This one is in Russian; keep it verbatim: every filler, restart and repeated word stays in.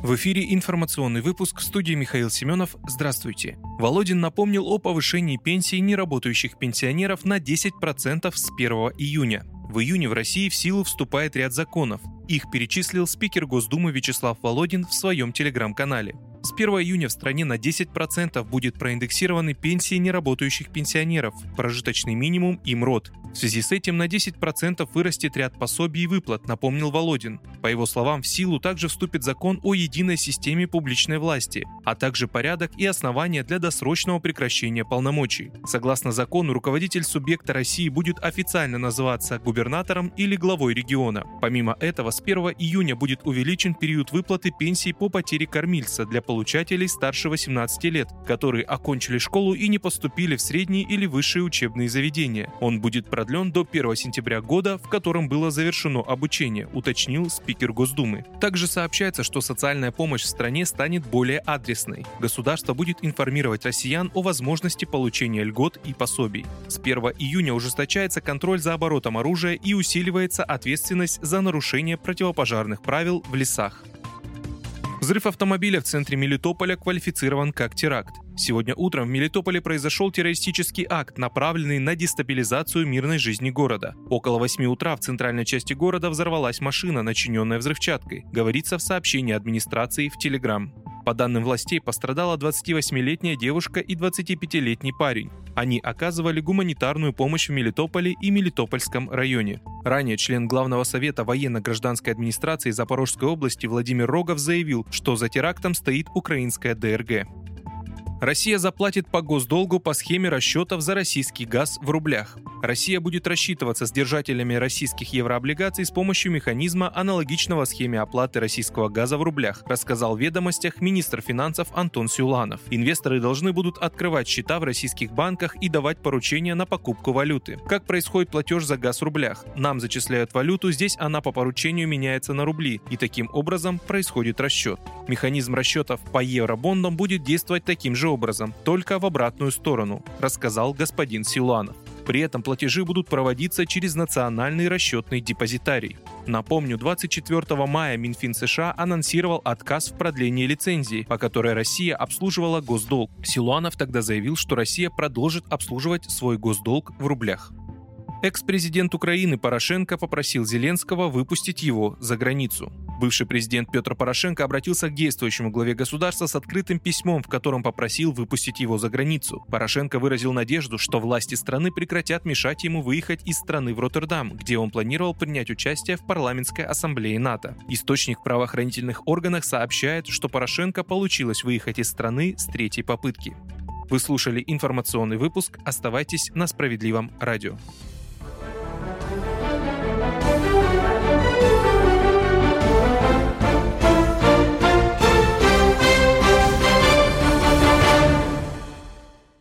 В эфире информационный выпуск, в студии Михаил Семенов. Здравствуйте. Володин напомнил о повышении пенсий неработающих пенсионеров на десять процентов с первого июня. В июне в России в силу вступает ряд законов. Их перечислил спикер Госдумы Вячеслав Володин в своем телеграм-канале. С первого июня в стране на десять процентов будет проиндексированы пенсии неработающих пенсионеров, прожиточный минимум и МРОД. В связи с этим на десять процентов вырастет ряд пособий и выплат, напомнил Володин. По его словам, в силу также вступит закон о единой системе публичной власти, а также порядок и основания для досрочного прекращения полномочий. Согласно закону, руководитель субъекта России будет официально называться губернатором или главой региона. Помимо этого, с первого июня будет увеличен период выплаты пенсий по потере кормильца для получателей старше восемнадцати лет, которые окончили школу и не поступили в средние или высшие учебные заведения. Он будет продлен до первого сентября года, в котором было завершено обучение, уточнил спикер Госдумы. Также сообщается, что социальная помощь в стране станет более адресной. Государство будет информировать россиян о возможности получения льгот и пособий. С первого июня ужесточается контроль за оборотом оружия и усиливается ответственность за нарушение противопожарных правил в лесах. Взрыв автомобиля в центре Мелитополя квалифицирован как теракт. Сегодня утром в Мелитополе произошел террористический акт, направленный на дестабилизацию мирной жизни города. Около восьми утра в центральной части города взорвалась машина, начиненная взрывчаткой, говорится в сообщении администрации в Телеграм. По данным властей, пострадала двадцативосьмилетняя девушка и двадцатипятилетний парень. Они оказывали гуманитарную помощь в Мелитополе и Мелитопольском районе. Ранее член Главного совета военно-гражданской администрации Запорожской области Владимир Рогов заявил, что за терактом стоит украинская ДРГ. Россия заплатит по госдолгу по схеме расчетов за российский газ в рублях. Россия будет рассчитываться с держателями российских еврооблигаций с помощью механизма, аналогичного схеме оплаты российского газа в рублях, рассказал в «Ведомостях» министр финансов Антон Силуанов. Инвесторы должны будут открывать счета в российских банках и давать поручения на покупку валюты. Как происходит платеж за газ в рублях? Нам зачисляют валюту, здесь она по поручению меняется на рубли, и таким образом происходит расчет. Механизм расчетов по евробондам будет действовать таким же образом, только в обратную сторону, рассказал господин Силуанов. При этом платежи будут проводиться через национальный расчетный депозитарий. Напомню, двадцать четвёртого мая Минфин США анонсировал отказ в продлении лицензии, по которой Россия обслуживала госдолг. Силуанов тогда заявил, что Россия продолжит обслуживать свой госдолг в рублях. Экс-президент Украины Порошенко попросил Зеленского выпустить его за границу. Бывший президент Петр Порошенко обратился к действующему главе государства с открытым письмом, в котором попросил выпустить его за границу. Порошенко выразил надежду, что власти страны прекратят мешать ему выехать из страны в Роттердам, где он планировал принять участие в парламентской ассамблее НАТО. Источник в правоохранительных органах сообщает, что Порошенко получилось выехать из страны с третьей попытки. Вы слушали информационный выпуск. Оставайтесь на Справедливом радио.